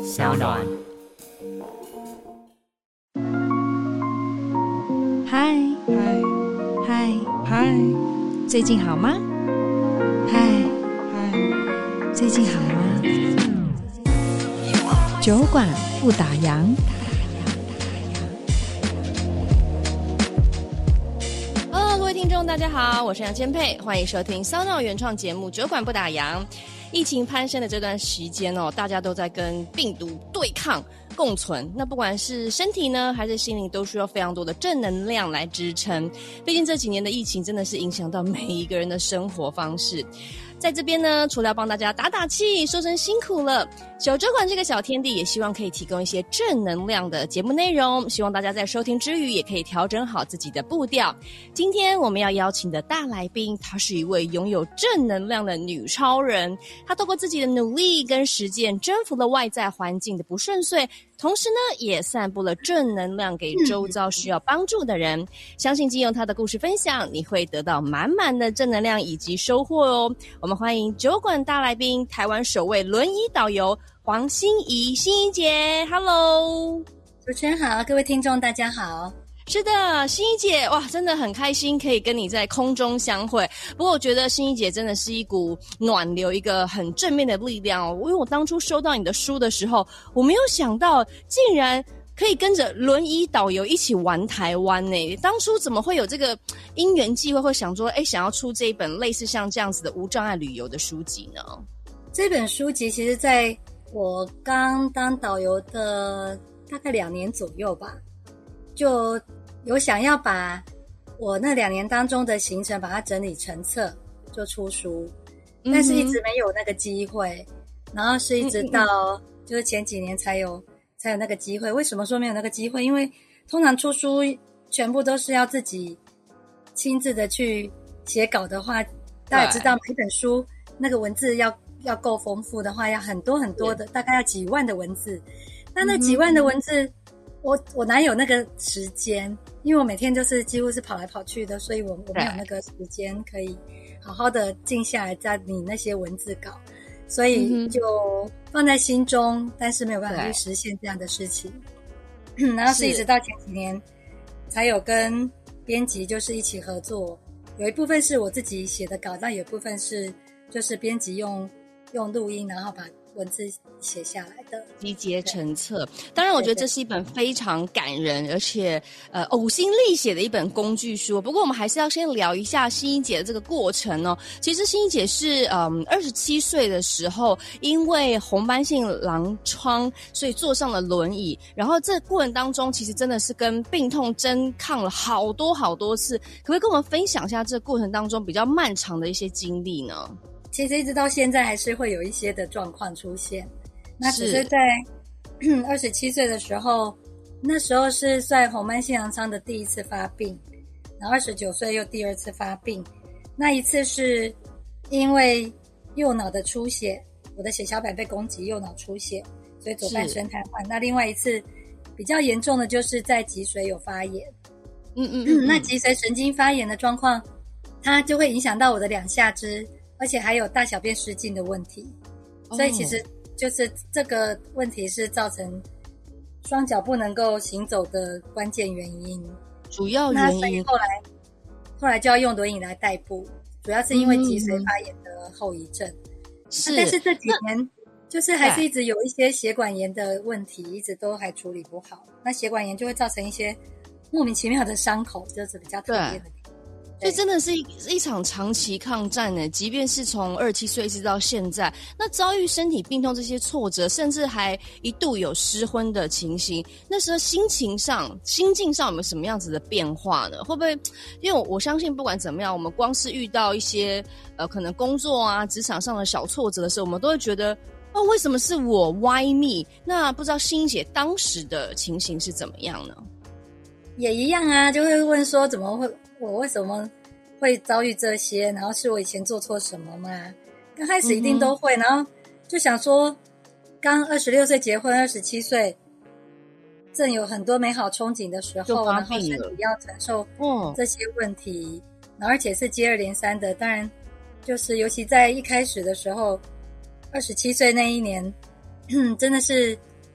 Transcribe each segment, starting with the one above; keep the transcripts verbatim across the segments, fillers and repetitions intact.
小暖。 嗨嗨嗨， 嗨最近好吗？嗨嗨， 最近好吗？酒馆不打烊。 Hello， 各位听众，大家好，我是杨千佩，欢迎收听骚闹原创节目《酒馆不打烊》。疫情攀升的这段时间哦，大家都在跟病毒对抗共存。那不管是身体呢，还是心灵，都需要非常多的正能量来支撑。毕竟这几年的疫情真的是影响到每一个人的生活方式。在这边呢，除了要帮大家打打气，说声辛苦了，小酒馆这个小天地也希望可以提供一些正能量的节目内容，希望大家在收听之余也可以调整好自己的步调。今天我们要邀请的大来宾，她是一位拥有正能量的女超人，她透过自己的努力跟实践，征服了外在环境的不顺遂，同时呢，也散布了正能量给周遭需要帮助的人。相信经由她的故事分享，你会得到满满的正能量以及收获哦。我们欢迎酒馆大来宾，台湾首位轮椅导游黄心怡，心怡姐 ，Hello， 主持人好，各位听众大家好。 是的，心怡姐，哇，真的很开心可以跟你在空中相会。不过我觉得心怡姐真的是一股暖流，一个很正面的力量哦。因为我当初收到你的书的时候，我没有想到竟然可以跟着轮椅导游一起玩台湾呢。当初怎么会有这个因缘际会，会想说，哎，想要出这一本类似像这样子的无障碍旅游的书籍呢？ 这本书籍其实在我刚当导游的大概两年左右吧，就有想要把我那两年当中的行程把它整理成册，就出书，但是一直没有那个机会，然后是一直到就是前几年才有才有那个机会。为什么说没有那个机会？因为通常出书全部都是要自己亲自的去写稿的话，大家也知道每本书那个文字要要够丰富的话，要很多很多的，大概要几万的文字。那那几万的文字，嗯、我我哪有那个时间？因为我每天就是几乎是跑来跑去的，所以我我没有那个时间可以好好的静下来在理那些文字稿，所以就放在心中，但是没有办法去实现这样的事情。然后是一直到前几年才有跟编辑就是一起合作，有一部分是我自己写的稿，但有一部分是就是编辑用用录音，然后把文字写下来的， 集结成册。当然我觉得这是一本非常感人而且呃呕心沥血的一本工具书。不过我们还是要先聊一下心怡姐的这个过程哦。其实心怡姐是嗯二十七岁的时候因为红斑性狼疮所以坐上了轮椅，然后这过程当中其实真的是跟病痛争抗了好多好多次。可不可以跟我们分享一下这个过程当中比较漫长的一些经历呢？ 其实一直到现在还是会有一些的状况出现，那只是在二十七岁的时候，那时候是在红斑性狼疮的第一次发病，然后二十九岁又第二次发病。那一次是因为右脑的出血，我的血小板被攻击，右脑出血，所以左半身瘫痪。那另外一次比较严重的就是在脊髓有发炎，嗯嗯 嗯, 嗯，那脊髓神经发炎的状况，它就会影响到我的两下肢。而且还有大小便失禁的问题，所以其实就是这个问题是造成双脚不能够行走的关键原因， 主要原因。 那所以后来后来就要用轮椅来代步，主要是因为脊髓发炎的后遗症。是、嗯，但是这几年就是还是一直有一些血管炎的问题，一直都还处理不好。那血管炎就会造成一些莫名其妙的伤口，就是比较特别的地方。 所以真的是一一场长期抗战呢，即便是从二十七岁一直到现在，那遭遇身体病痛这些挫折，甚至还一度有失婚的情形，那时候心情上、心境上有没有什么样子的变化呢？会不会？因为我相信不管怎么样，我们光是遇到一些呃可能工作啊、职场上的小挫折的时候，我们都会觉得哦，为什么是我？Why me？ 那不知道心怡姐当时的情形是怎么样呢？ 也一样啊，就会问说怎么会我为什么会遭遇这些，然后是我以前做错什么吗？刚开始一定都会、嗯、然后就想说刚二十六岁结婚，二十七岁正有很多美好憧憬的时候，然后身体要承受这些问题、嗯、然后而且是接二连三的。当然就是尤其在一开始的时候，二十七岁那一年真的是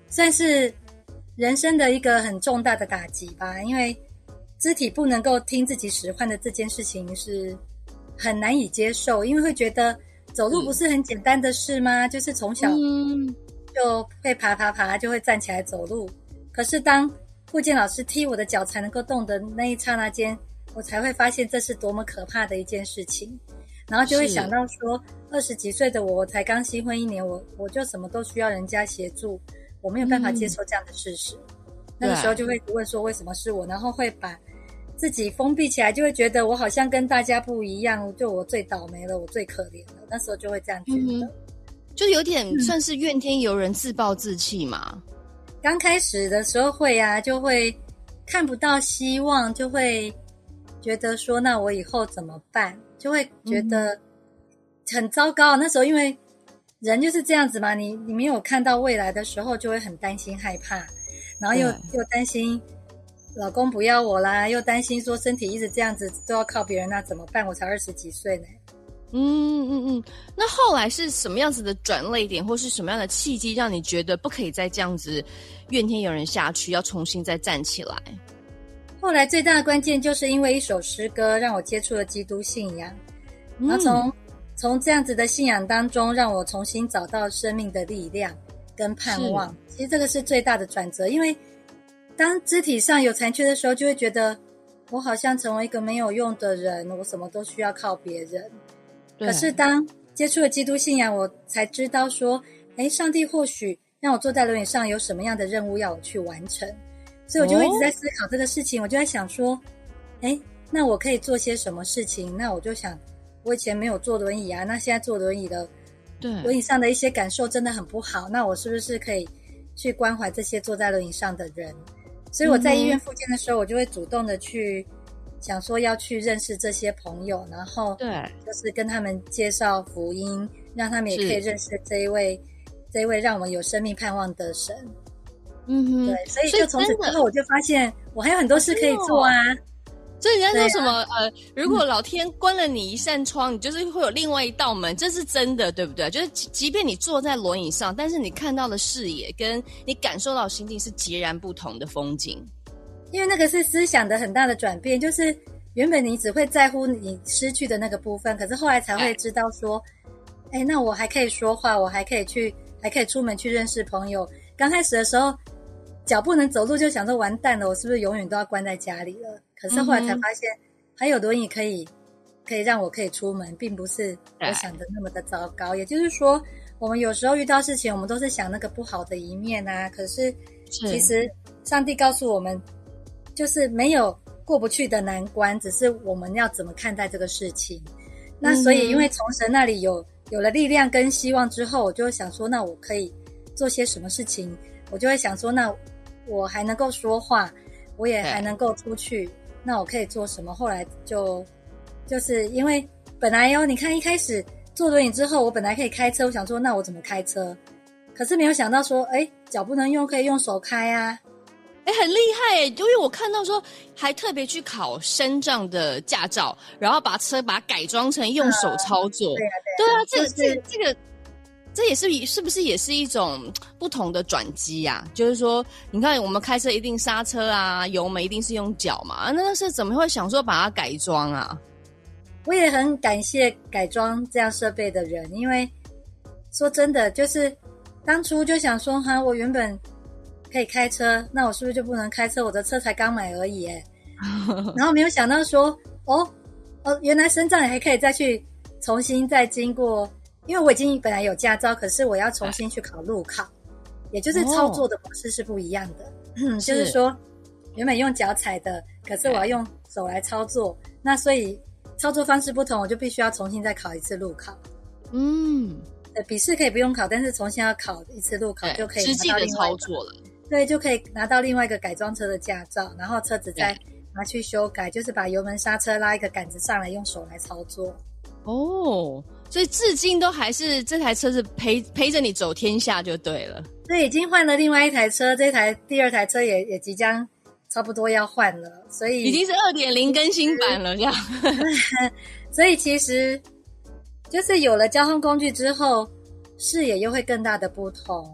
算是人生的一个很重大的打击吧，因为肢体不能够听自己使唤的这件事情是很难以接受，因为会觉得走路不是很简单的事吗？嗯、就是从小就会爬爬爬就会站起来走路，可是当复健老师踢我的脚才能够动的那一刹那间，我才会发现这是多么可怕的一件事情，然后就会想到说二十几岁的我，我才刚新婚一年，我我就什么都需要人家协助，我没有办法接受这样的事实、嗯、那个时候就会问说为什么是我，然后会把自己封闭起来，就会觉得我好像跟大家不一样，就我最倒霉了，我最可怜了，那时候就会这样觉得、嗯、 就有点算是怨天尤人、自暴自弃嘛。 刚开始的时候会啊，就会看不到希望，就会觉得说那我以后怎么办，就会觉得很糟糕、嗯、那时候因为人就是这样子嘛，你你没有看到未来的时候就会很担心害怕，然后又又担心老公不要我啦，又担心说身体一直这样子都要靠别人，那怎么办？我才二十几岁呢。 嗯嗯嗯，那后来是什么样子的转捩点，或是什么样的契机，让你觉得不可以再这样子怨天尤人下去，要重新再站起来？ 后来最大的关键就是因为一首诗歌让我接触了基督信仰，然后从、嗯、从这样子的信仰当中，让我重新找到生命的力量跟盼望。其实这个是最大的转折，因为当肢体上有残缺的时候，就会觉得我好像成为一个没有用的人，我什么都需要靠别人。可是当接触了基督信仰，我才知道说，诶，上帝或许让我坐在轮椅上有什么样的任务要我去完成，所以我就会一直在思考这个事情、哦、我就在想说，诶，那我可以做些什么事情？那我就想，我以前没有坐轮椅啊，那现在坐轮椅了，对，轮椅上的一些感受真的很不好，那我是不是可以去关怀这些坐在轮椅上的人？所以我在医院复健的时候，我就会主动的去想说要去认识这些朋友，然后对，就是跟他们介绍福音，让他们也可以认识这一位这一位让我们有生命盼望的神。嗯哼，对，所以就从此之后我就发现我还有很多事可以做啊。 所以人家说什么、啊、呃，如果老天关了你一扇窗、嗯、你就是会有另外一道门，这是真的，对不对？就是即便你坐在轮椅上，但是你看到的视野跟你感受到的心境是截然不同的风景。 因为那个是思想的很大的转变，就是原本你只会在乎你失去的那个部分，可是后来才会知道说，哎，那我还可以说话，我还可以去，还可以出门去认识朋友。刚开始的时候，脚不能走路，就想说完蛋了，我是不是永远都要关在家里了？可是后来才发现，还有轮椅可以，可以让我可以出门，并不是我想的那么的糟糕。也就是说，我们有时候遇到事情，我们都是想那个不好的一面啊，可是其实上帝告诉我们，就是没有过不去的难关，只是我们要怎么看待这个事情。那所以因为从神那里有有了力量跟希望之后，我就会想说，那我可以做些什么事情？我就会想说，那我还能够说话，我也还能够出去，那我可以做什么？后来就就是因为本来哟，你看一开始坐轮椅之后，我本来可以开车，我想说那我怎么开车？可是没有想到说，哎，脚不能用，可以用手开啊。 哎，很厉害哎！因为我看到说还特别去考身障的驾照，然后把车把它改装成用手操作。嗯、对啊，对啊，对啊，这、就是、这这个这也是是不是也是一种不同的转机呀、啊？就是说，你看我们开车一定刹车啊，油门一定是用脚嘛，那是怎么会想说把它改装啊？ 我也很感谢改装这样设备的人，因为说真的，就是当初就想说哈，我原本可以开车，那我是不是就不能开车？我的车才刚买而已耶。然后没有想到说，哦哦，原来身障也还可以再去重新再经过，因为我已经本来有驾照，可是我要重新去考路考，也就是操作的模式是不一样的。哦、就是说，原本用脚踩的，可是我要用手来操作，那所以操作方式不同，我就必须要重新再考一次路考。嗯，笔试可以不用考，但是重新要考一次路考就可以拿到另外一个实际的操作了。 对，就可以拿到另外一个改装车的驾照，然后车子再拿去修改，就是把油门刹车拉一个杆子上来，用手来操作。 哦，所以至今都还是这台车是陪陪着你走天下就对了。 对，已经换了另外一台车，这台第二台车也也即将差不多要换了，所以已经是 二点零 更新版了这样。 所以其实就是有了交通工具之后，视野又会更大的不同。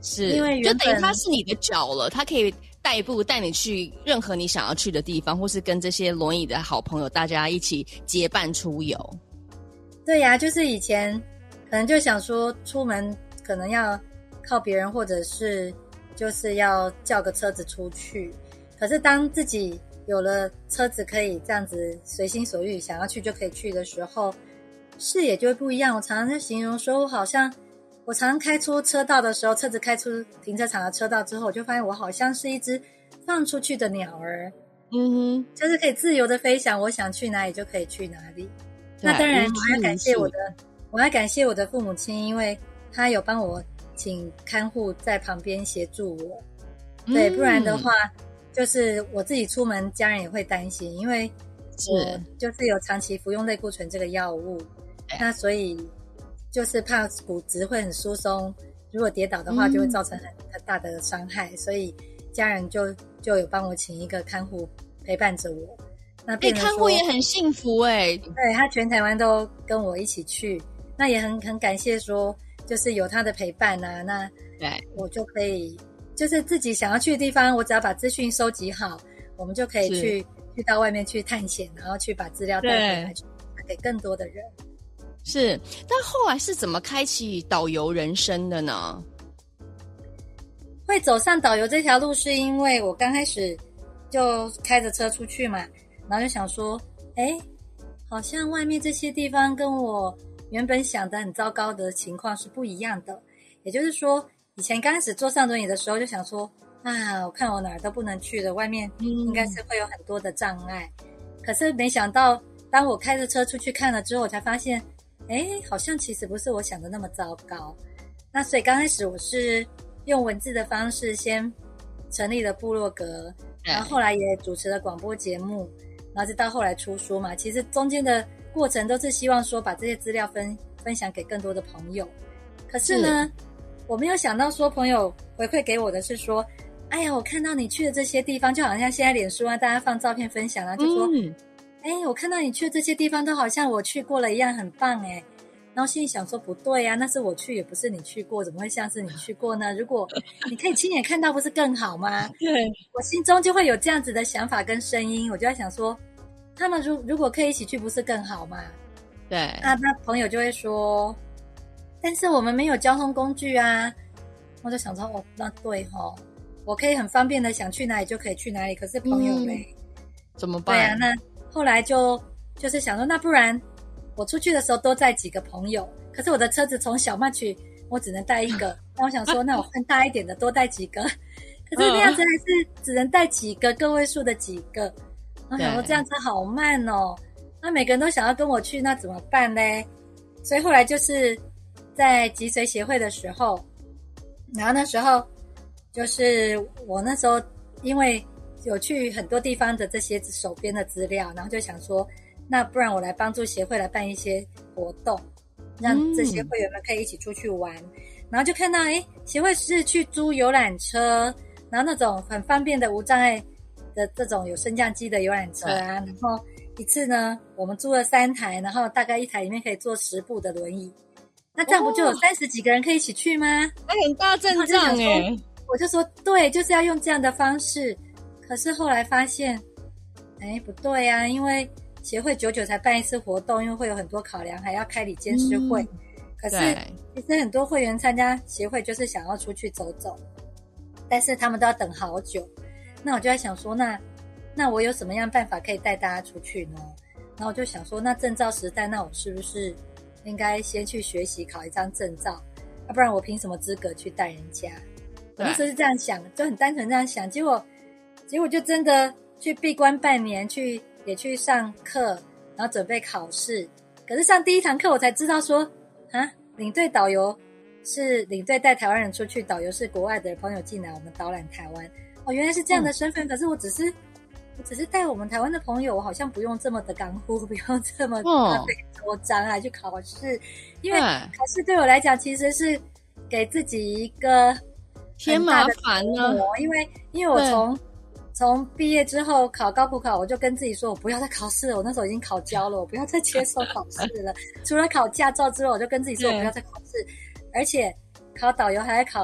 是， 因为原本就等于他是你的脚了，他可以代步带你去任何你想要去的地方，或是跟这些轮椅的好朋友大家一起结伴出游。 对呀、啊，就是以前可能就想说出门可能要靠别人，或者是就是要叫个车子出去，可是当自己有了车子可以这样子随心所欲想要去就可以去的时候，视野就会不一样。我常常在形容说，我好像我常常开出车道的时候，车子开出停车场的车道之后，我就发现我好像是一只放出去的鸟儿， 嗯哼， 就是可以自由的飞翔，我想去哪里就可以去哪里。那当然我还感谢我的我还感谢我的父母亲，因为他有帮我请看护在旁边协助我，对，不然的话就是我自己出门家人也会担心，因为我就是有长期服用类固醇这个药物，那所以就是怕骨质会很疏松，如果跌倒的话就会造成很很大的伤害，所以家人就就有帮我请一个看护陪伴着我。那变成说、 欸、看护也很幸福哎、欸， 对，他全台湾都跟我一起去，那也很很感谢说就是有他的陪伴啊，那我就可以就是自己想要去的地方，我只要把资讯收集好，我们就可以去去到外面去探险，然后去把资料带回来，去给更多的人。 是，但后来是怎么开启导游人生的呢？ 会走上导游这条路是因为我刚开始就开着车出去嘛，然后就想说，诶，好像外面这些地方跟我原本想的很糟糕的情况是不一样的。也就是说，以前刚开始坐上轮椅的时候就想说，啊，我看我哪儿都不能去了，外面应该是会有很多的障碍。嗯、可是没想到，当我开着车出去看了之后，我才发现，诶，好像其实不是我想的那么糟糕。那所以刚开始我是用文字的方式先成立了部落格，然后后来也主持了广播节目，然后就到后来出书嘛。其实中间的过程都是希望说把这些资料分分享给更多的朋友。可是呢，我没有想到说朋友回馈给我的是说，哎呀，我看到你去的这些地方，就好像现在脸书啊，大家放照片分享啊，就说，嗯，哎，我看到你去的这些地方都好像我去过了一样，很棒哎。然后心里想说，不对啊，那是我去，也不是你去过，怎么会像是你去过呢？如果你可以亲眼看到，不是更好吗？ 对， 我心中就会有这样子的想法跟声音，我就在想说，他们如如果可以一起去，不是更好吗？ 对， 啊，那朋友就会说，但是我们没有交通工具啊。我就想说，哦，那对齁，我可以很方便的想去哪里就可以去哪里，可是朋友嘞、嗯， 怎么办？ 对啊，那后来就就是想说，那不然我出去的时候多载几个朋友，可是我的车子从小曼去，我只能带一个。那我想说，那我换大一点的，多带几个。可是那样子还是只能带几个，个位数的几个。我想说这样子好慢哦。那每个人都想要跟我去，那怎么办呢？所以后来就是在脊髓协会的时候，然后那时候就是我那时候因为有去很多地方的这些手边的资料，然后就想说，那不然我来帮助协会来办一些活动，让这些会员们可以一起出去玩。嗯、然后就看到，诶，协会是去租游览车，然后那种很方便的无障碍的这种有升降机的游览车啊。然后一次呢，我们租了三台，然后大概一台里面可以坐十部的轮椅。那这样不就有三十几个人可以一起去吗？ 那、哦、很大阵仗哎！ 我就说对，就是要用这样的方式。可是后来发现，哎，不对啊，因为协会久久才办一次活动，因为会有很多考量，还要开理监事会。嗯、可是其实很多会员参加协会就是想要出去走走，但是他们都要等好久。那我就在想说，那那我有什么样办法可以带大家出去呢？然后我就想说，那证照时代，那我是不是应该先去学习考一张证照，要、啊、不然我凭什么资格去带人家？我那时候是这样想，就很单纯这样想，结果结果就真的去闭关半年，去也去上课，然后准备考试。可是上第一堂课我才知道说，啊，领队导游是领队带台湾人出去，导游是国外的朋友进来我们导览台湾。哦，原来是这样的身份、嗯、可是我只是我只是带我们台湾的朋友，我好像不用这么的干呼，不用这么的多张来去考试，因为考试对我来讲其实是给自己一个偏麻烦呢。 因为因为我从从毕业之后考高普考，我就跟自己说，我不要再考试了。我那时候已经考交了，我不要再接受考试了。除了考驾照之后，我就跟自己说，我不要再考试，而且考导游还要考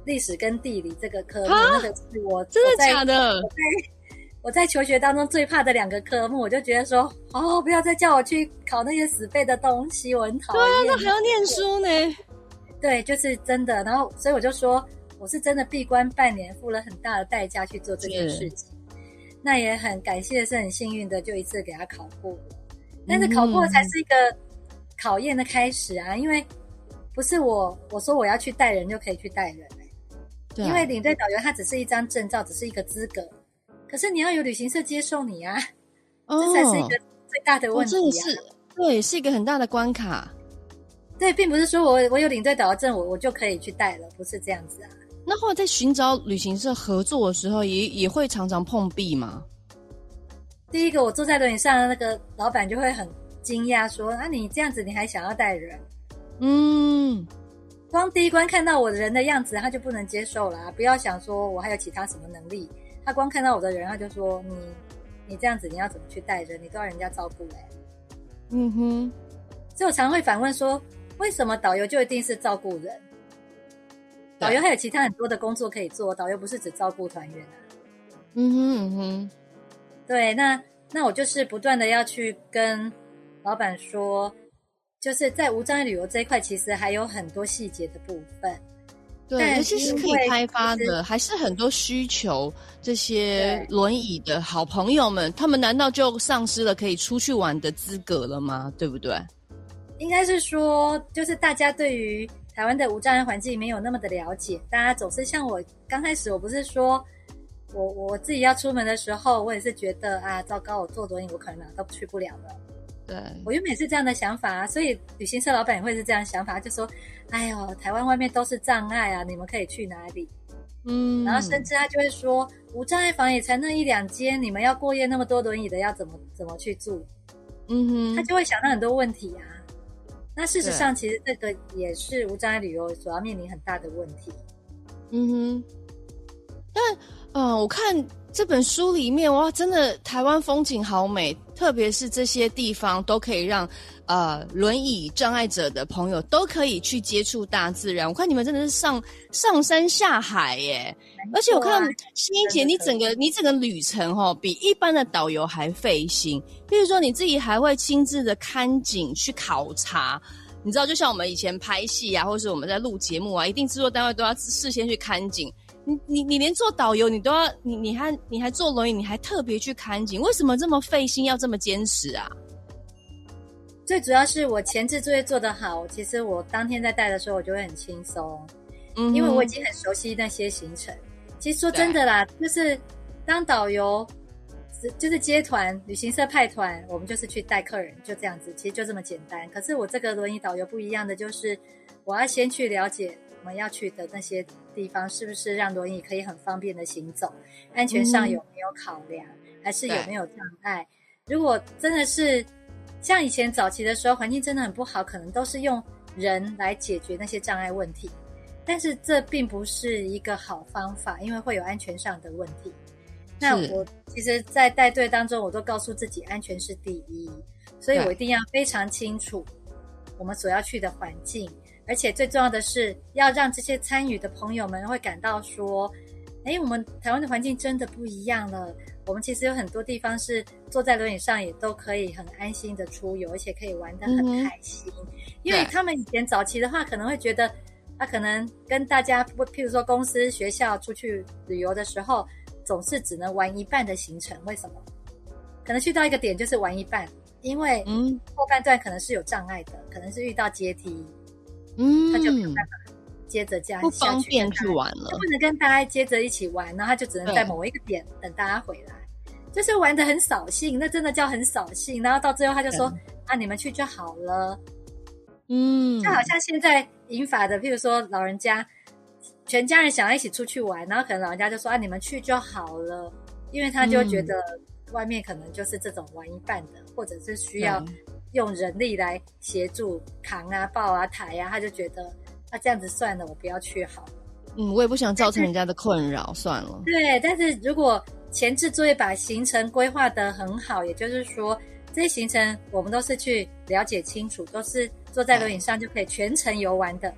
历史跟地理这个科目，那个是我真的我在假的？ 我在我在求学当中最怕的两个科目，我就觉得说，哦，不要再叫我去考那些死背的东西，我很讨厌。 对啊，那还要念书呢。 对，就是真的。然后，所以我就说，我是真的闭关半年，付了很大的代价去做这件事情。那也很感谢，是很幸运的，就一次给他考过了。但是考过才是一个考验的开始啊，因为不是我我说我要去带人就可以去带人、欸对啊， 因为领队导游它只是一张证照，只是一个资格，可是你要有旅行社接受你啊， 哦、 这才是一个最大的问题啊。 哦、真的是对，是一个很大的关卡。 对，并不是说我我有领队导游证，我我就可以去带了，不是这样子啊。 那后来在寻找旅行社合作的时候也，也也会常常碰壁吗？ 第一个，我坐在轮椅上，那个老板就会很惊讶说：“啊，你这样子你还想要带人？” 嗯， 光第一关看到我的人的样子，他就不能接受啦、啊。不要想说我还有其他什么能力，他光看到我的人，他就说：“你你这样子，你要怎么去带人？你都要人家照顾嘞、欸。” 嗯哼， 所以我常会反问说：“为什么导游就一定是照顾人？导游还有其他很多的工作可以做，导游不是只照顾团员啊。” 嗯哼嗯哼， 对，那那我就是不断的要去跟老板说，就是在无障碍旅游这一块，其实还有很多细节的部分。 对，尤其是可以开发的，还是很多需求。这些轮椅的好朋友们，他们难道就丧失了可以出去玩的资格了吗？对不对？ 应该是说，就是大家对于台湾的无障碍环境没有那么的了解，大家总是像我刚开始，我不是说我我自己要出门的时候，我也是觉得啊，糟糕，我坐轮椅我可能哪都去不了了。 对， 我原本也是这样的想法啊，所以旅行社老板也会是这样想法，就说：“哎呦，台湾外面都是障碍啊，你们可以去哪里？” 嗯， 然后甚至他就会说：“无障碍房也才那一两间，你们要过夜那么多轮椅的，要怎么怎么去住？” 嗯哼， 他就会想到很多问题啊。那事实上，其实这个也是无障碍旅游所要面临很大的问题。 嗯哼，但嗯、呃，我看这本书里面，哇，真的台湾风景好美，特别是这些地方都可以让呃轮椅障碍者的朋友都可以去接触大自然。我看你们真的是上上山下海耶，而且我看欣怡姐，你整个你整个旅程哦，比一般的导游还费心。比如说你自己还会亲自的看景去考察。你知道，就像我们以前拍戏啊，或是我们在录节目啊，一定制作单位都要事先去看景。你你你连做导游，你都要你你还你还坐轮椅，你还特别去看景，为什么这么费心，要这么坚持啊？ 最主要是我前置作业做得好，其实我当天在带的时候，我就会很轻松，嗯，因为我已经很熟悉那些行程。其实说真的啦，就是当导游，就是接团，旅行社派团，我们就是去带客人，就这样子，其实就这么简单。可是我这个轮椅导游不一样的，就是我要先去了解我们要去的那些地方是不是让轮椅可以很方便的行走，安全上有没有考量，嗯、还是有没有障碍。如果真的是像以前早期的时候，环境真的很不好，可能都是用人来解决那些障碍问题，但是这并不是一个好方法，因为会有安全上的问题。那我其实在带队当中，我都告诉自己安全是第一，所以我一定要非常清楚我们所要去的环境，而且最重要的是要让这些参与的朋友们会感到说，诶，我们台湾的环境真的不一样了，我们其实有很多地方是坐在轮椅上也都可以很安心的出游，而且可以玩得很开心、嗯、因为他们以前早期的话可能会觉得他可能跟大家譬如说公司学校出去旅游的时候总是只能玩一半的行程，为什么？可能去到一个点就是玩一半，因为后半段可能是有障碍的，可能是遇到阶梯，嗯，他就没有办法接着这样不方便去玩了， 他不能跟大家接着一起玩，然后他就只能在某一个点等大家回来，就是玩得很扫兴，那真的叫很扫兴。然后到最后他就说、嗯、啊，你们去就好了，嗯，就好像现在银发的，譬如说老人家。全家人想要一起出去玩，然后可能老人家就说啊，你们去就好了，因为他就觉得外面可能就是这种玩一半的，或者是需要用人力来协助扛啊、抱啊、抬啊，他就觉得啊这样子算了，我不要去好了。 嗯，我也不想造成人家的困扰，算了。 对，但是如果前置作业把行程规划得很好，也就是说这些行程我们都是去了解清楚，都是坐在轮椅上就可以全程游玩的。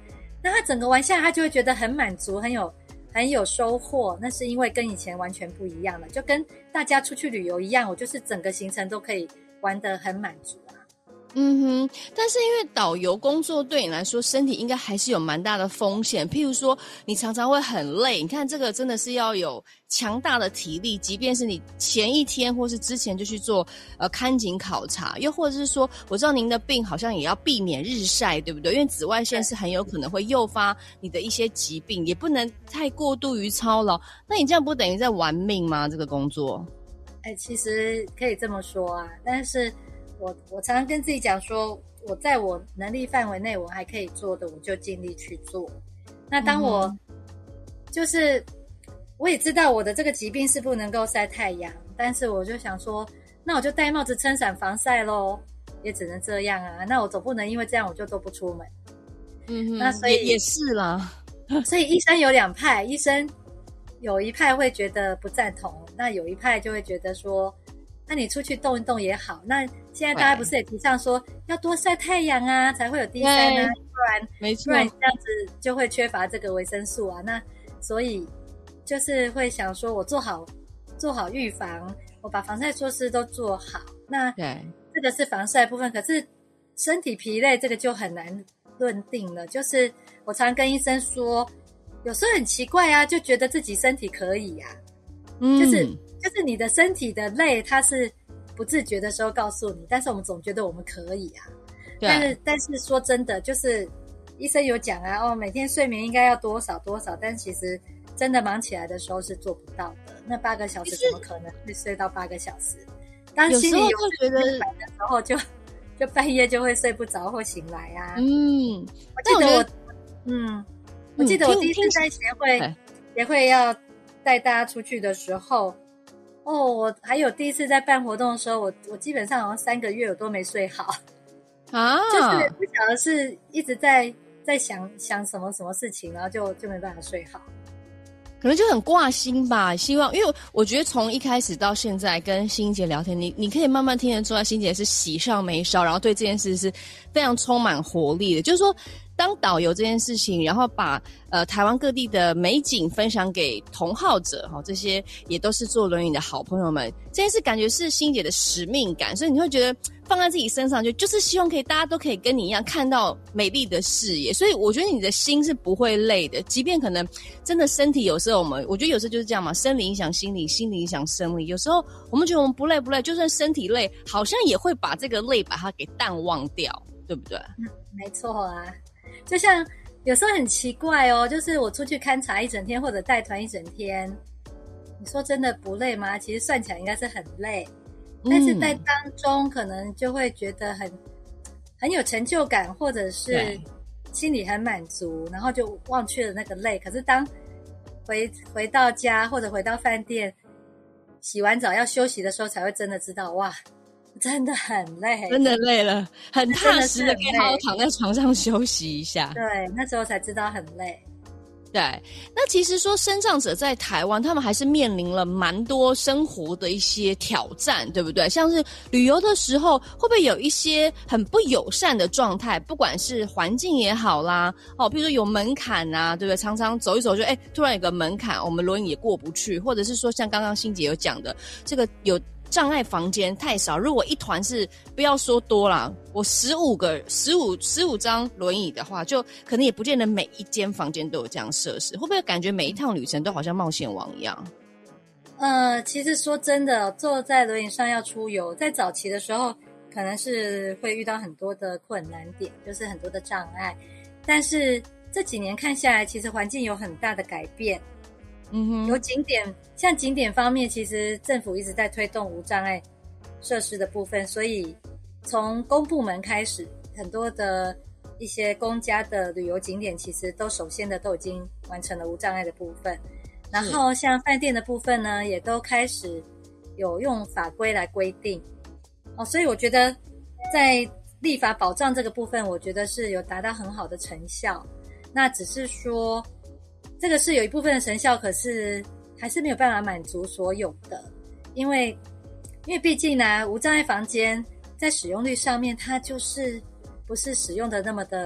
那他整个玩下来，他就会觉得很满足，很有很有收获。那是因为跟以前完全不一样了，就跟大家出去旅游一样，我就是整个行程都可以玩得很满足啊。 嗯哼，但是因为导游工作对你来说，身体应该还是有蛮大的风险。譬如说，你常常会很累，你看这个真的是要有强大的体力，即便是你前一天或是之前就去做呃看景考察，又或者是说，我知道您的病好像也要避免日晒，对不对？因为紫外线是很有可能会诱发你的一些疾病，也不能太过度于操劳。那你这样不等于在玩命吗？这个工作？ 哎，其实可以这么说啊，但是。我我常常跟自己讲说，我在我能力范围内，我还可以做的，我就尽力去做。那当我、嗯、就是我也知道我的这个疾病是不能够晒太阳，但是我就想说，那我就戴帽子撑伞防晒咯，也只能这样啊。那我总不能因为这样我就都不出门。 嗯哼， 那所以也, 也是啦。 所以医生有两派，医生有一派会觉得不赞同，那有一派就会觉得说。那你出去动一动也好，那现在大家不是也提倡说要多晒太阳啊，才会有 D 三 啊，不然没错， 不然这样子就会缺乏这个维生素啊。那所以就是会想说，我做好做好预防，我把防晒措施都做好。那对， 这个是防晒部分，可是身体疲累这个就很难论定了。就是我常跟医生说，有时候很奇怪啊，就觉得自己身体可以啊，嗯，就是。就是你的身体的累，它是不自觉的时候告诉你，但是我们总觉得我们可以啊。但是但是说真的，就是医生有讲啊，哦，每天睡眠应该要多少多少，但其实真的忙起来的时候是做不到的。那八个小时怎么可能会睡到八个小时？当心里有觉得的时候就，就就半夜就会睡不着或醒来啊。 嗯， 我记得我，我嗯，我记得我第一次在协会协会要带大家出去的时候。哦，我还有第一次在办活动的时候，我我基本上好像三个月我都没睡好啊， 就是不晓得是一直在在想想什么什么事情，然后就就没办法睡好， 可能就很挂心吧。希望，因为我觉得从一开始到现在跟欣姐聊天，你你可以慢慢听得出来，欣姐是喜上眉梢，然后对这件事是非常充满活力的。就是说，当导游这件事情，然后把呃台湾各地的美景分享给同好者哈，这些也都是坐轮椅的好朋友们。这件事感觉是欣姐的使命感，所以你会觉得放在自己身上，就就是希望可以大家都可以跟你一样看到美丽的视野。所以我觉得你的心是不会累的，即便可能真的身体有时候我们，我觉得有时候就是这样嘛，生理影响心理，心理影响生理。有时候我们觉得我们不累不累，就算身体累，好像也会把这个累把它给淡忘掉，对不对？ 嗯，没错啊。就像有时候很奇怪哦，就是我出去勘察一整天或者带团一整天，你说真的不累吗？其实算起来应该是很累，但是在当中可能就会觉得很很有成就感，或者是心里很满足，然后就忘却了那个累。可是当回回到家或者回到饭店洗完澡要休息的时候，才会真的知道，哇，真的很累， 真的累了，很踏实的可以好好躺在床上休息一下。 对，那时候才知道很累。 对，那其实说身障者在台湾，他们还是面临了蛮多生活的一些挑战，对不对？像是旅游的时候，会不会有一些很不友善的状态？不管是环境也好啦，哦，比如说有门槛啊，对不对？常常走一走就哎，突然有个门槛，我们轮椅也过不去，或者是说像刚刚欣姐有讲的，这个有障碍房间太少，如果一团是不要说多啦，我十五个十五十五张轮椅的话，就可能也不见得每一间房间都有这样设施，会不会感觉每一趟旅程都好像冒险王一样？ 呃，其实说真的，坐在轮椅上要出游，在早期的时候可能是会遇到很多的困难点，就是很多的障碍，但是这几年看下来，其实环境有很大的改变。嗯哼，有景点，像景点方面，其实政府一直在推动无障碍设施的部分，所以从公部门开始，很多的一些公家的旅游景点，其实都首先的都已经完成了无障碍的部分。然后像饭店的部分呢，也都开始有用法规来规定。哦，所以我觉得在立法保障这个部分，我觉得是有达到很好的成效。那只是说，这个是有一部分的成效，可是还是没有办法满足所有的，因为因为毕竟呢，无障碍房间在使用率上面，它就是不是使用的那么的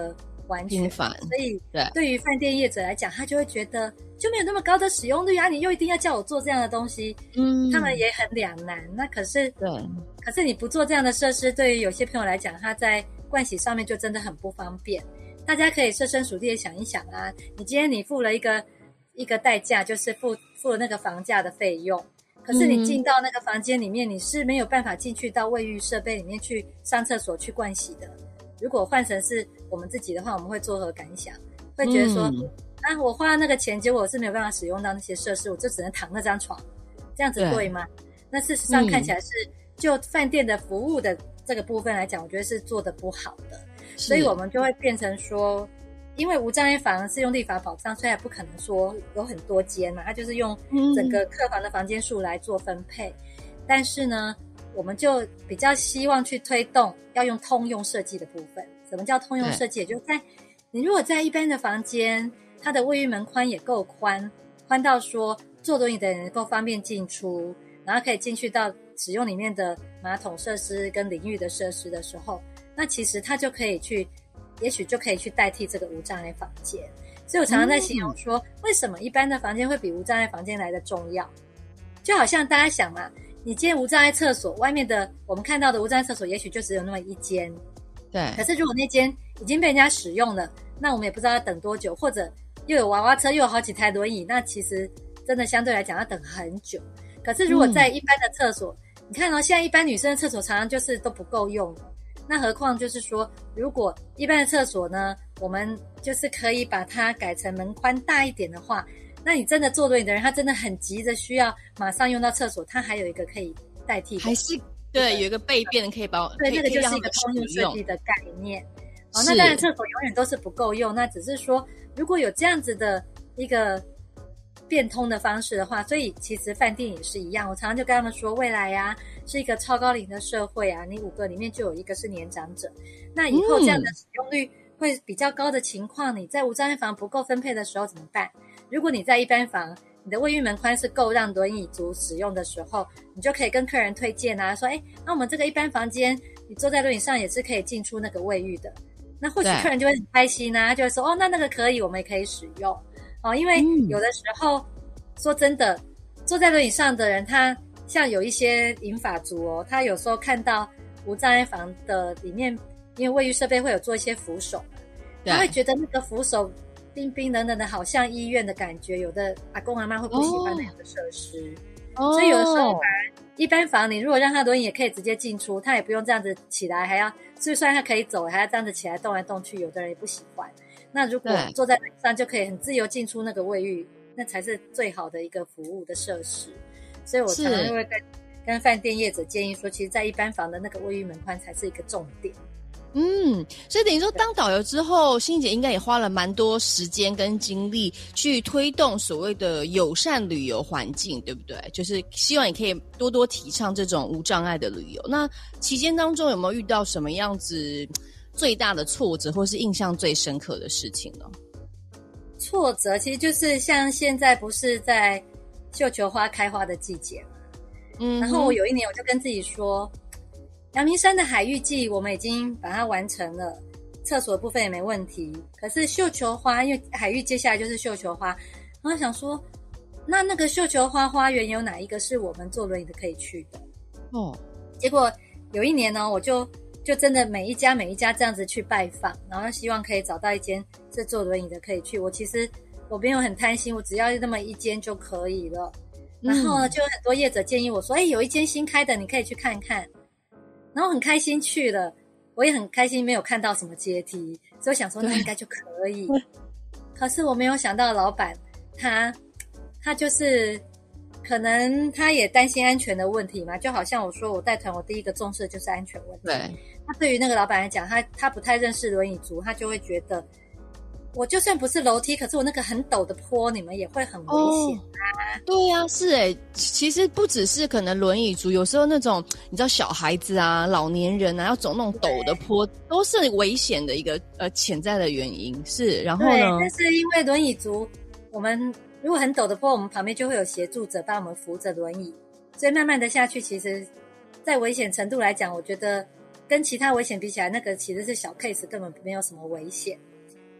完全频繁， 所以对对于饭店业者来讲，他就会觉得就没有那么高的使用率啊，你又一定要叫我做这样的东西， 嗯， 他们也很两难。那可是对， 可是你不做这样的设施，对于有些朋友来讲，他在盥洗上面就真的很不方便。大家可以设身处地的想一想啊，你今天你付了一个一个代价，就是付付了那个房价的费用，可是你进到那个房间里面，你是没有办法进去到卫浴设备里面去上厕所去盥洗的。如果换成是我们自己的话，我们会作何感想？会觉得说、嗯、啊，我花了那个钱，结果我是没有办法使用到那些设施，我就只能躺那张床，这样子对吗？那事实上看起来是、嗯、就饭店的服务的这个部分来讲，我觉得是做得不好的，所以我们就会变成说，因为无障碍房是用立法保障，虽然不可能说有很多间嘛，它就是用整个客房的房间数来做分配、嗯、但是呢我们就比较希望去推动要用通用设计的部分。什么叫通用设计？也就是在你如果在一般的房间，它的卫浴门宽也够宽，宽到说坐轮椅的人能够方便进出，然后可以进去到使用里面的马桶设施跟淋浴的设施的时候，那其实它就可以去也许就可以去代替这个无障碍房间。所以我常常在形容说、嗯、为什么一般的房间会比无障碍房间来的重要。就好像大家想嘛，你今天无障碍厕所外面的我们看到的无障碍厕所也许就只有那么一间， 对， 可是如果那间已经被人家使用了，那我们也不知道要等多久，或者又有娃娃车又有好几台轮椅，那其实真的相对来讲要等很久。可是如果在一般的厕所、嗯、你看哦，现在一般女生的厕所常常就是都不够用了，那何况就是说如果一般的厕所呢，我们就是可以把它改成门宽大一点的话，那你真的坐轮椅的人他真的很急着需要马上用到厕所，他还有一个可以代替的， 还是对有一个备便的可以把对，那个就是一个通用设计的概念。哦，那当然厕所永远都是不够用，那只是说如果有这样子的一个变通的方式的话，所以其实饭店也是一样。我常常就跟他们说，未来啊是一个超高龄的社会啊，你五个里面就有一个是年长者，那以后这样的使用率会比较高的情况、嗯、你在无障碍房不够分配的时候怎么办？如果你在一般房，你的卫浴门宽是够让轮椅族使用的时候，你就可以跟客人推荐啊，说诶那我们这个一般房间你坐在轮椅上也是可以进出那个卫浴的，那或许客人就会很开心啊，就会说哦那那个可以，我们也可以使用哦。因为有的时候、嗯、说真的，坐在轮椅上的人，他像有一些银发族哦，他有时候看到无障碍房的里面，因为卫浴设备会有做一些扶手嘛，他会觉得那个扶手冰冰冷冷的，好像医院的感觉，有的阿公阿嬷会不喜欢那样的设施、哦、所以有的时候反而一般房你如果让他轮椅也可以直接进出，他也不用这样子起来，还要就算他可以走还要这样子起来动来动去，有的人也不喜欢。那如果坐在轮椅上就可以很自由进出那个卫浴，那才是最好的一个服务的设施。所以我常常会跟跟饭店业者建议说，其实在一般房的那个卫浴门宽才是一个重点。 嗯，所以等于说当导游之后，欣姐应该也花了蛮多时间跟精力去推动所谓的友善旅游环境，对不对？就是希望也可以多多提倡这种无障碍的旅游。那期间当中有没有遇到什么样子最大的挫折，或是印象最深刻的事情呢？ 挫折其实就是像现在不是在绣球花开花的季节嘛，嗯，然后我有一年我就跟自己说，阳明山的海芋季我们已经把它完成了，厕所的部分也没问题，可是绣球花，因为海芋接下来就是绣球花，然后想说那那个绣球花花园有哪一个是我们坐轮椅的可以去的哦？结果有一年呢，我就就真的每一家每一家这样子去拜访，然后希望可以找到一间是坐轮椅的可以去。我其实我没有很贪心，我只要那么一间就可以了。然后呢，就有很多业者建议我说，哎，有一间新开的你可以去看看。然后很开心去了，我也很开心没有看到什么阶梯，所以我想说那应该就可以。可是我没有想到老板他他就是可能他也担心安全的问题嘛，就好像我说我带团我第一个重视的就是安全问题。对，他对于那个老板来讲，他他不太认识轮椅族，他就会觉得我就算不是楼梯，可是我那个很陡的坡你们也会很危险啊。 哦，对啊，是耶，其实不只是可能轮椅族，有时候那种你知道小孩子啊老年人啊要走那种陡的坡都是危险的一个呃潜在的原因。是，然后呢， 对，但是因为轮椅族我们如果很陡的坡，我们旁边就会有协助者帮我们扶着轮椅，所以慢慢的下去，其实在危险程度来讲，我觉得跟其他危险比起来，那个其实是小 case， 根本没有什么危险。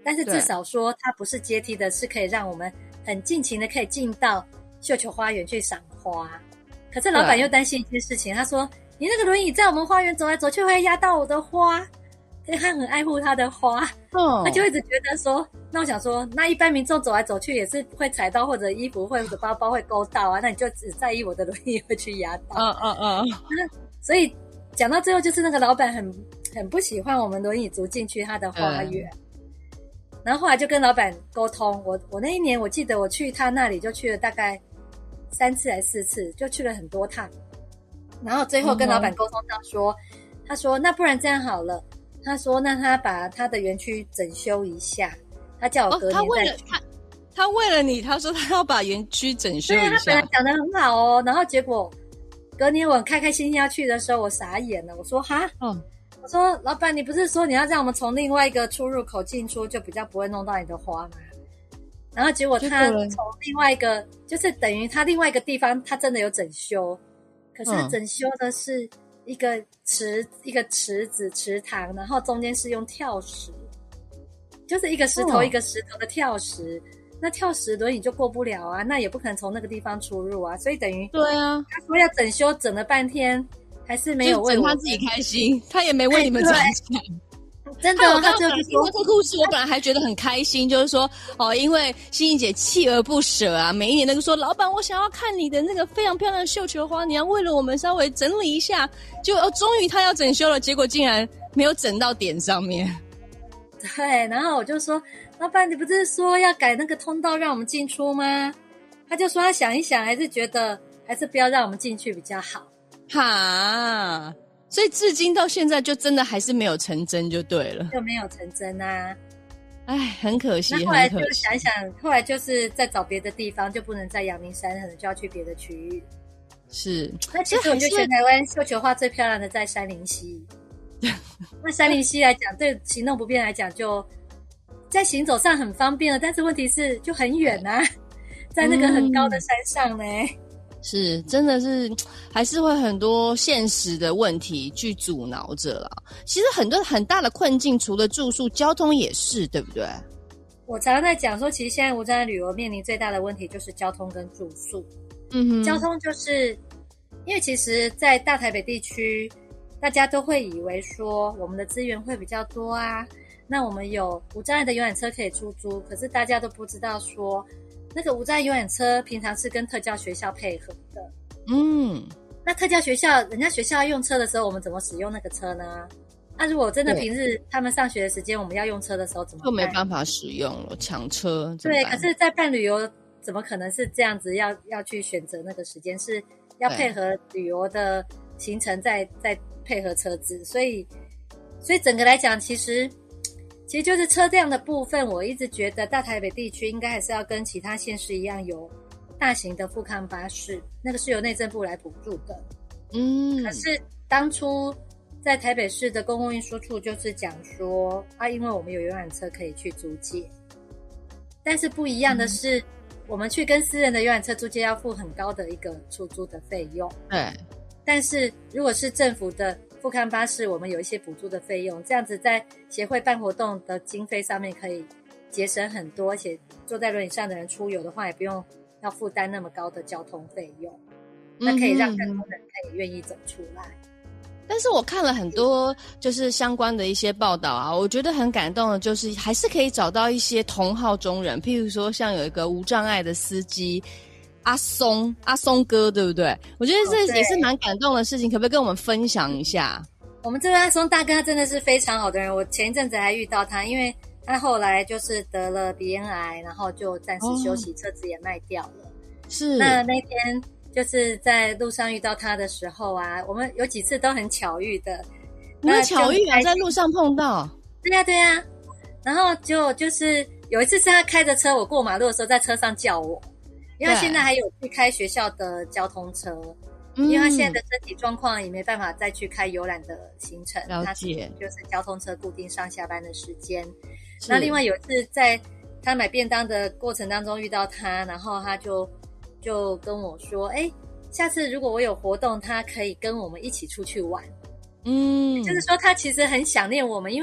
但是至少说它不是阶梯的，是可以让我们很尽情的可以进到绣球花园去赏花。可是老板又担心一件事情，他说你那个轮椅在我们花园走来走去会压到我的花，因为他很爱护他的花，哦，他就一直觉得说，那我想说，那一般民众走来走去也是会踩到，或者衣服或者包包会勾到啊，那你就只在意我的轮椅会去压到。嗯嗯嗯。所以讲到最后，就是那个老板很很不喜欢我们轮椅族进去他的花园。嗯，然后后来就跟老板沟通，我我那一年我记得我去他那里就去了大概三次还是四次，就去了很多趟。然后最后跟老板沟通到说，嗯，他说那不然这样好了。他说那他把他的园区整修一下，他叫我隔年再去。哦，他为了他他为了你，他说他要把园区整修一下。 对，他本来讲得很好哦，然后结果隔年我很开开心心要去的时候，我傻眼了。我说哈，嗯，我说老板，你不是说你要让我们从另外一个出入口进出，就比较不会弄到你的花吗？然后结果他从另外一个，就是等于他另外一个地方，他真的有整修，可是整修的是一个池，嗯，一个池子池塘，然后中间是用跳石，就是一个石头，哦，一个石头的跳石。那跳石轮椅就过不了啊，那也不可能从那个地方出入啊，所以等于对啊， 他说要整修，整了半天还是没有为我， 整他自己开心，他也没为你们着想。 真的，他就是说， 因为这故事我本来还觉得很开心，就是说哦，因为欣怡姐锲而不舍啊，每一年都说老板，我想要看你的那个非常漂亮的绣球花，你要为了我们稍微整理一下，就哦，终于他要整修了，结果竟然没有整到点上面。 对，然后我就说，老板，你不是说要改那个通道让我们进出吗？他就说他想一想，还是觉得还是不要让我们进去比较好。 哈。所以至今到现在就真的还是没有成真就对了， 就没有成真啊， 哎，很可惜。 那后来就想一想，后来就是再找别的地方，就不能在阳明山，可能就要去别的区域。 是， 那其实我就觉得台湾绣球花最漂亮的在杉林溪。那杉林溪来讲，对行动不便来讲，就在行走上很方便了，但是问题是就很远啊，在那个很高的山上呢。嗯， 是，真的是还是会很多现实的问题去阻挠着啦。其实很多很大的困境，除了住宿，交通也是，对不对？ 我常常在讲说，其实现在无障碍旅游面临最大的问题就是交通跟住宿。 嗯哼， 交通就是因为其实在大台北地区，大家都会以为说我们的资源会比较多啊，那我们有无障碍的游览车可以出租，可是大家都不知道说那个无障碍游览车平常是跟特教学校配合的。 嗯， 那特教学校人家学校要用车的时候，我们怎么使用那个车呢？那、啊、如果真的平日他们上学的时间我们要用车的时候怎么办？ 就没办法使用了，抢车。 对，可是在办旅游怎么可能是这样子，要要去选择那个时间，是要配合旅游的行程，再再配合车子。所以所以整个来讲，其实其实就是车辆的部分，我一直觉得大台北地区应该还是要跟其他县市一样，有大型的复康巴士，那个是由内政部来补助的。 嗯， 可是当初在台北市的公共运输处就是讲说啊，因为我们有游览车可以去租借，但是不一样的是、嗯、我们去跟私人的游览车租借要付很高的一个出租的费用。 对， 但是如果是政府的复康巴士，我们有一些补助的费用，这样子在协会办活动的经费上面可以节省很多，而且坐在轮椅上的人出游的话也不用要负担那么高的交通费用，那可以让更多人可以愿意走出来。 但是我看了很多就是相关的一些报道啊，我觉得很感动的就是还是可以找到一些同好中人，譬如说像有一个无障碍的司机阿松，阿松哥，对不对？我觉得这也是蛮感动的事情，可不可以跟我们分享一下？ 我们这位阿松大哥他真的是非常好的人，我前一阵子还遇到他，因为他后来就是得了鼻咽癌，然后就暂时休息、哦、车子也卖掉了。 是， 那那天就是在路上遇到他的时候啊，我们有几次都很巧遇的。 你们巧遇啊，在路上碰到？ 对呀、啊、对呀、啊。然后就就是有一次是他开着车，我过马路的时候在车上叫我，因为他现在还有去开学校的交通车，因为他现在的身体状况也没办法再去开游览的行程， 了解， 他就是交通车固定上下班的时间。那另外有一次在他买便当的过程当中遇到他，然后他就就跟我说，哎，下次如果我有活动，他可以跟我们一起出去玩。 嗯， 就是说他其实很想念我们，因为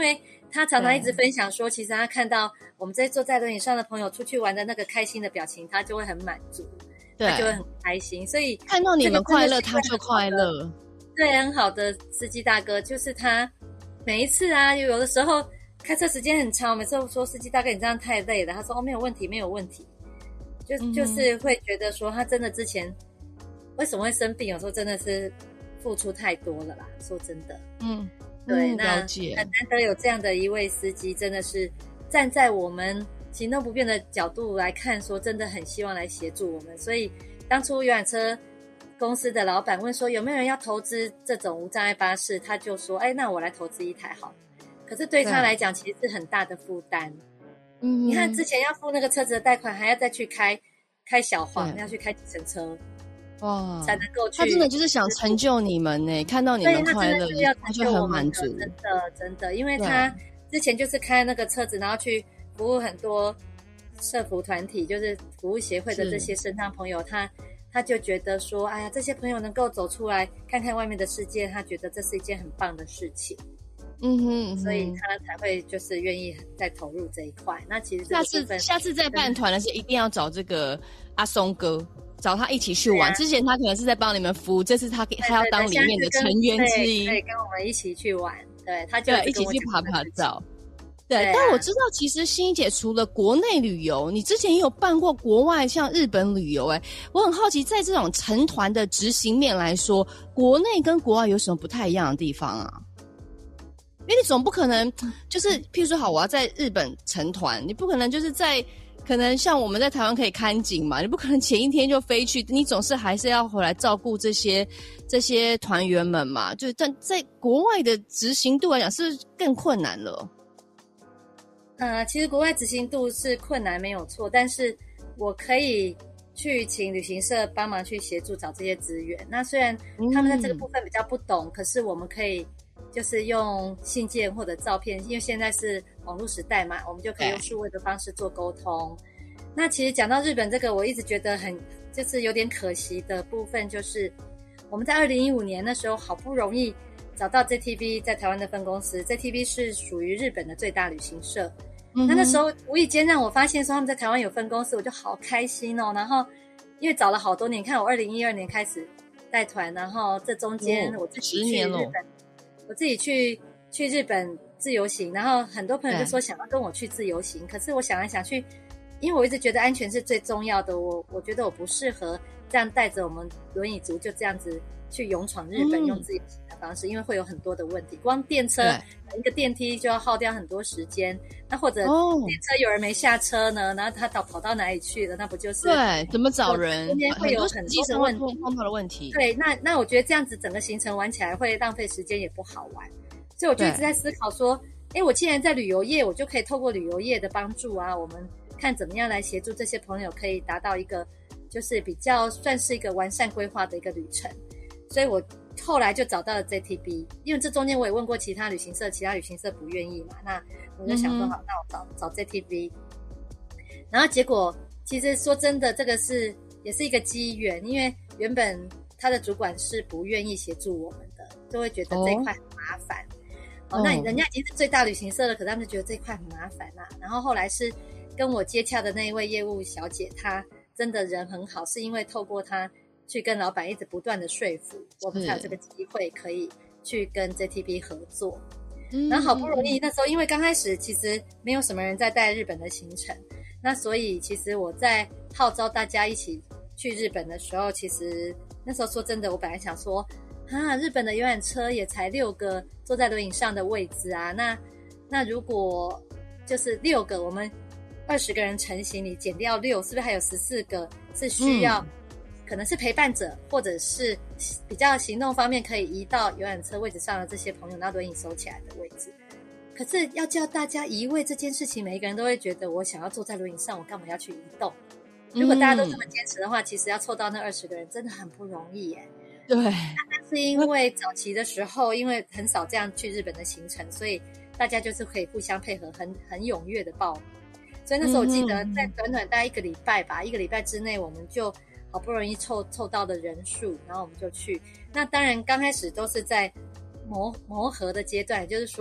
他常常一直分享说，其实他看到我们这些坐在轮椅上的朋友出去玩的那个开心的表情，他就会很满足， 对， 他就会很开心。所以看到你们快乐，他就快乐。 对，很好的司机大哥，就是他每一次啊，有的时候开车时间很长，每次都说司机大哥你这样太累了，他说哦没有问题，没有问题，就、嗯、就是会觉得说他真的之前为什么会生病，有时候真的是付出太多了啦，说真的，嗯，对， 嗯、 那了解， 很难得有这样的一位司机，真的是站在我们行动不便的角度来看，说真的很希望来协助我们，所以当初游览车公司的老板问说有没有人要投资这种无障碍巴士，他就说哎，那我来投资一台好了。可是对他来讲其实是很大的负担，嗯，你看之前要付那个车子的贷款，还要再去开开小黄，要去开计程车，哇，才能够去。 他真的就是想成就你们呢，看到你们快乐， 他就很满足， 真的真的，因为他之前就是开那个车子，然后去服务很多社福团体，就是服务协会的这些身障朋友，他他就觉得说，哎呀，这些朋友能够走出来看看外面的世界，他觉得这是一件很棒的事情。嗯哼, 嗯哼，所以他才会就是愿意再投入这一块。那其实这下次下次再办团的时候，一定要找这个阿松哥，找他一起去玩。啊、之前他可能是在帮你们服务，这次他他要当里面的成员之一， 可以跟我们一起去玩。对，他就对一起去爬爬照。对, 对、啊，但我知道，其实欣怡姐除了国内旅游，你之前也有办过国外，像日本旅游。哎，我很好奇，在这种成团的执行面来说，国内跟国外有什么不太一样的地方啊？因为你总不可能就是譬如说好我要在日本成团，你不可能就是在可能像我们在台湾可以看景嘛，你不可能前一天就飞去，你总是还是要回来照顾这些这些团员们嘛，就但在国外的执行度来讲是不是更困难了？ 呃，其实国外执行度是困难没有错，但是我可以去请旅行社帮忙去协助找这些资源。那虽然他们在这个部分比较不懂，嗯、可是我们可以就是用信件或者照片，因为现在是网络时代嘛，我们就可以用数位的方式做沟通。那其实讲到日本这个，我一直觉得很就是有点可惜的部分，就是我们在二零一五年那时候好不容易找到 J T B 在台湾的分公司 ，J T B 是属于日本的最大旅行社。嗯、那那时候无意间让我发现说他们在台湾有分公司，我就好开心哦。然后因为找了好多年，看我二零一二年开始带团，然后这中间我自己去日本，哦、我自己去去日本自由行，然后很多朋友就说想要跟我去自由行，可是我想来想去，因为我一直觉得安全是最重要的，我我觉得我不适合这样带着我们轮椅族就这样子去勇闯日本，嗯、用自由行的方式，因为会有很多的问题，光电车一个电梯就要耗掉很多时间，那或者电车有人没下车呢，然后他跑跑到哪里去了，那不就是对怎么找人？ 中间会有很多的问题， 碰到的问题。 对，那那我觉得这样子整个行程玩起来会浪费时间，也不好玩，所以我就一直在思考说，哎，我既然在旅游业，我就可以透过旅游业的帮助啊，我们看怎么样来协助这些朋友可以达到一个就是比较算是一个完善规划的一个旅程。所以我后来就找到了 J T B， 因为这中间我也问过其他旅行社，其他旅行社不愿意嘛，那我就想说好，嗯、那我找找 J T B， 然后结果其实说真的，这个是也是一个机缘，因为原本他的主管是不愿意协助我们的，就会觉得这一块很麻烦。哦，哦那人家已经是最大旅行社了，可是他们就觉得这一块很麻烦啊。然后后来是跟我接洽的那一位业务小姐，她真的人很好，是因为透过她去跟老板一直不断的说服，我们才有这个机会可以去跟 J T B 合作。嗯、然后好不容易那时候，因为刚开始其实没有什么人在带日本的行程，那所以其实我在号召大家一起去日本的时候，其实那时候说真的，我本来想说啊，日本的游览车也才六个坐在轮椅上的位置啊，那那如果就是六个，我们二十个人成行，你减掉六，是不是还有十四个是需要、嗯？可能是陪伴者，或者是比较行动方面可以移到游览车位置上的这些朋友，拿轮椅收起来的位置。可是要叫大家移位这件事情，每一个人都会觉得我想要坐在轮椅上，我干嘛要去移动？如果大家都这么坚持的话，嗯、其实要凑到那二十个人真的很不容易耶。 对， 但是因为早期的时候，因为很少这样去日本的行程，所以大家就是可以互相配合，很很踊跃的报名。所以那时候我记得在短短大概一个礼拜吧，一个礼拜之内，我们就好不容易凑凑到的人数，然后我们就去。那当然刚开始都是在磨磨合的阶段，也就是说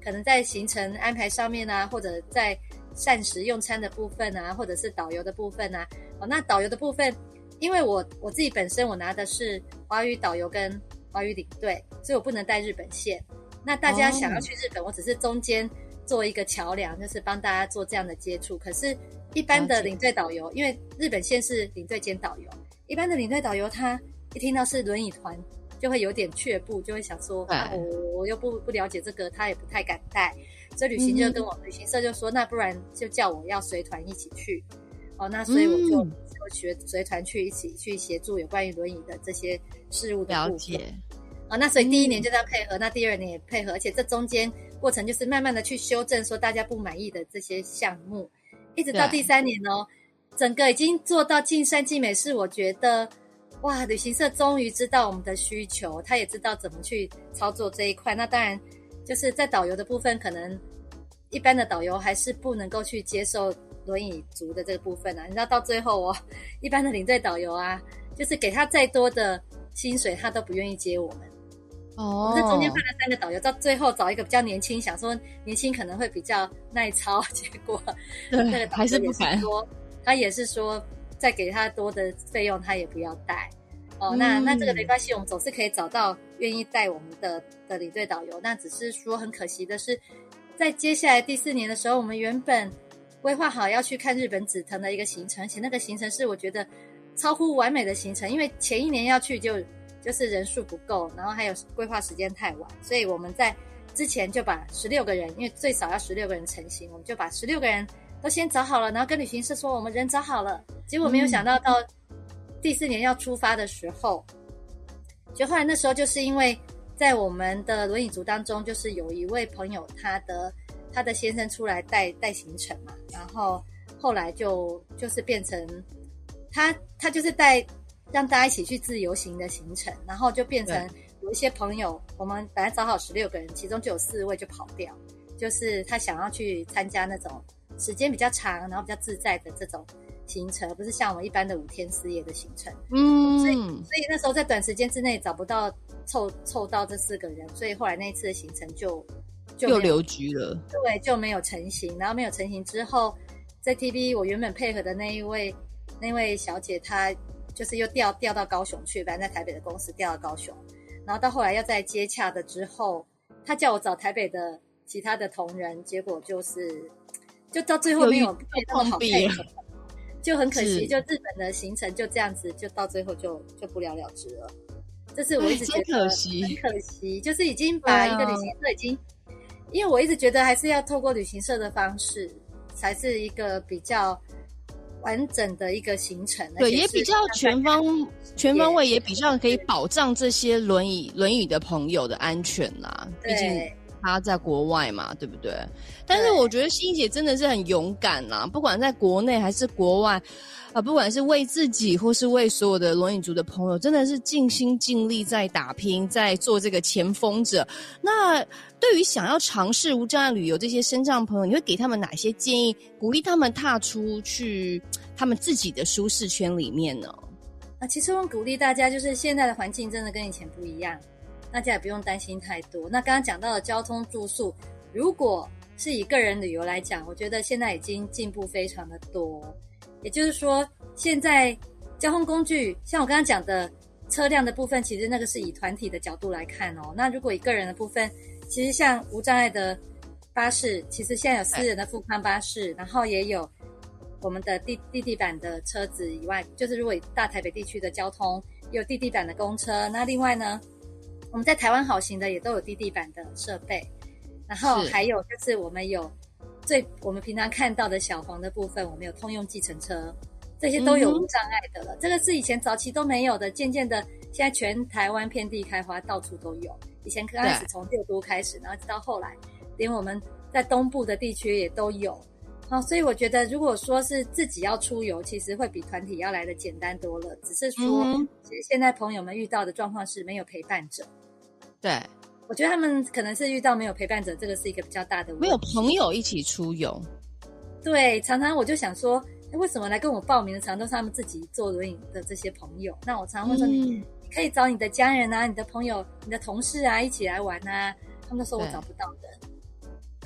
可能在行程安排上面啊，或者在膳食用餐的部分啊，或者是导游的部分啊。哦，那导游的部分，因为我我自己本身我拿的是华语导游跟华语领队，所以我不能带日本线。那大家想要去日本，我只是中间做一个桥梁，就是帮大家做这样的接触。可是，一般的领队导游，因为日本线是领队兼导游，一般的领队导游他一听到是轮椅团，就会有点却步，就会想说，啊、我我又不不了解这个，他也不太敢带。所以旅行就跟我、嗯、旅行社就说，那不然就叫我要随团一起去。哦，那所以我就、嗯、就学随团去一起去协助有关于轮椅的这些事物的部分。了解。哦，那所以第一年就这样配合，嗯、那第二年也配合，而且这中间过程就是慢慢的去修正说大家不满意的这些项目，一直到第三年哦，整个已经做到尽善尽美，是我觉得哇，旅行社终于知道我们的需求，他也知道怎么去操作这一块。那当然就是在导游的部分，可能一般的导游还是不能够去接受轮椅族的这个部分啊。你知道到最后哦，一般的领队导游啊，就是给他再多的薪水，他都不愿意接我们。哦，我在中间换了三个导游，到最后找一个比较年轻，想说年轻可能会比较耐操，结果那个还是不敢。 他也是说再给他多的费用，他也不要带。哦，那那这个没关系，我们总是可以找到愿意带我们的的领队导游。那只是说很可惜的是，在接下来第四年的时候，我们原本规划好要去看日本紫藤的一个行程，而且那个行程是我觉得超乎完美的行程，因为前一年要去就就是人数不够，然后还有规划时间太晚，所以我们在之前就把十六个人，因为最少要十六个人成行，我们就把十六个人都先找好了，然后跟旅行社说我们人找好了。结果没有想到到第四年要出发的时候，就后来那时候就是因为在我们的轮椅族当中，就是有一位朋友他的他的先生出来带带行程嘛，然后后来就就是变成他他就是带让大家一起去自由行的行程，然后就变成有一些朋友，我们本来找好十六个人，其中就有四位就跑掉，就是他想要去参加那种时间比较长，然后比较自在的这种行程，不是像我们一般的五天四夜的行程。嗯，所以所以那时候在短时间之内找不到凑凑到这四个人，所以后来那一次的行程就就又留局了。 对，就没有成行。然后没有成行之后，在 T V 我原本配合的那一位那位小姐，她就是又调调到高雄去，反正在台北的公司调到高雄，然后到后来要在接洽的之后，她叫我找台北的其他的同仁，结果就是就到最后没有配到好配合，就很可惜，就日本的行程就这样子，就到最后就就不了了之了。这是我一直觉得很可惜，很可惜，就是已经把一个旅行社已经，啊、因为我一直觉得还是要透过旅行社的方式，才是一个比较完整的一个行程， 对，也比较全方全方位，也比较可以保障这些轮椅轮椅的朋友的安全啦。毕竟他在国外嘛，对不对？但是我觉得欣姐真的是很勇敢啦，不管在国内还是国外。啊，不管是为自己或是为所有的轮椅族的朋友，真的是尽心尽力在打拼，在做这个前锋者。那对于想要尝试无障碍旅游这些身障朋友，你会给他们哪些建议，鼓励他们踏出去他们自己的舒适圈里面呢？ 啊，其实我鼓励大家，就是现在的环境真的跟以前不一样，大家也不用担心太多。那刚刚讲到的交通住宿，如果是以个人旅游来讲，我觉得现在已经进步非常的多。也就是说，现在交通工具，像我刚刚讲的车辆的部分，其实那个是以团体的角度来看哦。那如果以个人的部分，其实像无障碍的巴士，其实现在有私人的富康巴士，然后也有我们的地地地板的车子以外，就是如果以大台北地区的交通，也有地地板的公车。那另外呢，我们在台湾好行的也都有地地板的设备，然后还有就是我们有。最我们平常看到的小黄的部分，我们有通用计程车，这些都有无障碍的了。嗯、这个是以前早期都没有的，渐渐的现在全台湾遍地开花，到处都有。以前刚开始从六都开始，然后直到后来，连我们在东部的地区也都有。好、哦，所以我觉得如果说是自己要出游，其实会比团体要来的简单多了。只是说，嗯、其实现在朋友们遇到的状况是没有陪伴者。 对。 我觉得他们可能是遇到没有陪伴者，这个是一个比较大的问题。 没有朋友一起出游， 对，常常我就想说，为什么来跟我报名的常常都是他们自己坐轮椅的这些朋友？那我常常会说，你、嗯、你可以找你的家人啊、你的朋友、你的同事啊一起来玩啊。他们都说我找不到的。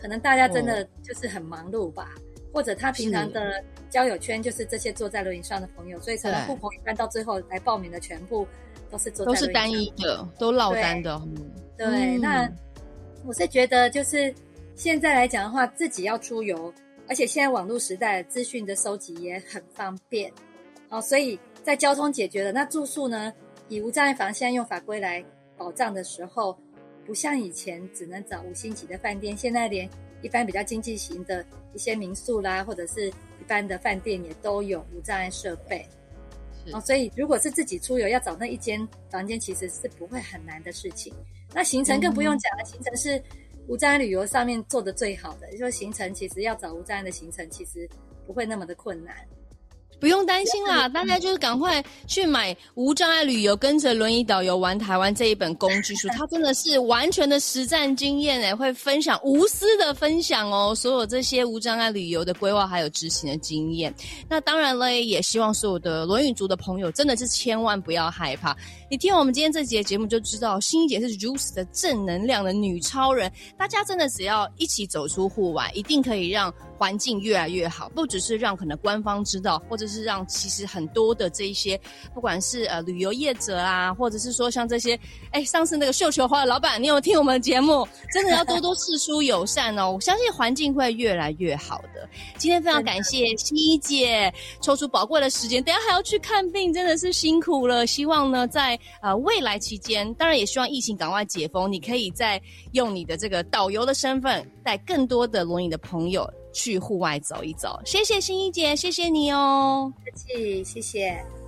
可能大家真的就是很忙碌吧，哦、或者他平常的交友圈就是这些坐在轮椅上的朋友，所以可能户朋一般到最后来报名的全部都是坐在轮椅上的， 都是单一的，都落单的。 对，对嗯、那我是觉得就是现在来讲的话，自己要出游，而且现在网络时代资讯的收集也很方便，哦，所以在交通解决了，那住宿呢，以无障碍房现在用法规来保障的时候，不像以前只能找五星级的饭店，现在连一般比较经济型的一些民宿啦，或者是一般的饭店也都有无障碍设备。哦，所以如果是自己出游要找那一间房间，其实是不会很难的事情。那行程更不用讲了，嗯、行程是无障碍旅游上面做的最好的，就是说行程其实要找无障碍的行程，其实不会那么的困难。 不用担心啦，大家就是赶快去买无障碍旅游跟着轮椅导游玩台湾这一本工具书，它真的是完全的实战经验诶，会分享无私的分享哦，所有这些无障碍旅游的规划还有执行的经验。那当然了，也希望所有的轮椅族的朋友真的是千万不要害怕。你听我们今天这集的节目就知道，欣怡姐是如此的正能量的女超人，大家真的只要一起走出户外，一定可以让环境越来越好，不只是让可能官方知道，或者是让其实很多的这一些不管是呃旅游业者啊，或者是说像这些哎上次那个绣球花的老板，你有听我们的节目，真的要多多释出友善哦，我相信环境会越来越好的。今天非常感谢欣怡姐抽出宝贵的时间，等一下还要去看病，真的是辛苦了。希望呢在呃未来期间，当然也希望疫情赶快解封，你可以再用你的这个导游的身份带更多的轮椅的朋友去户外走一走。谢谢欣怡姐，谢谢你哦。 客气，谢谢。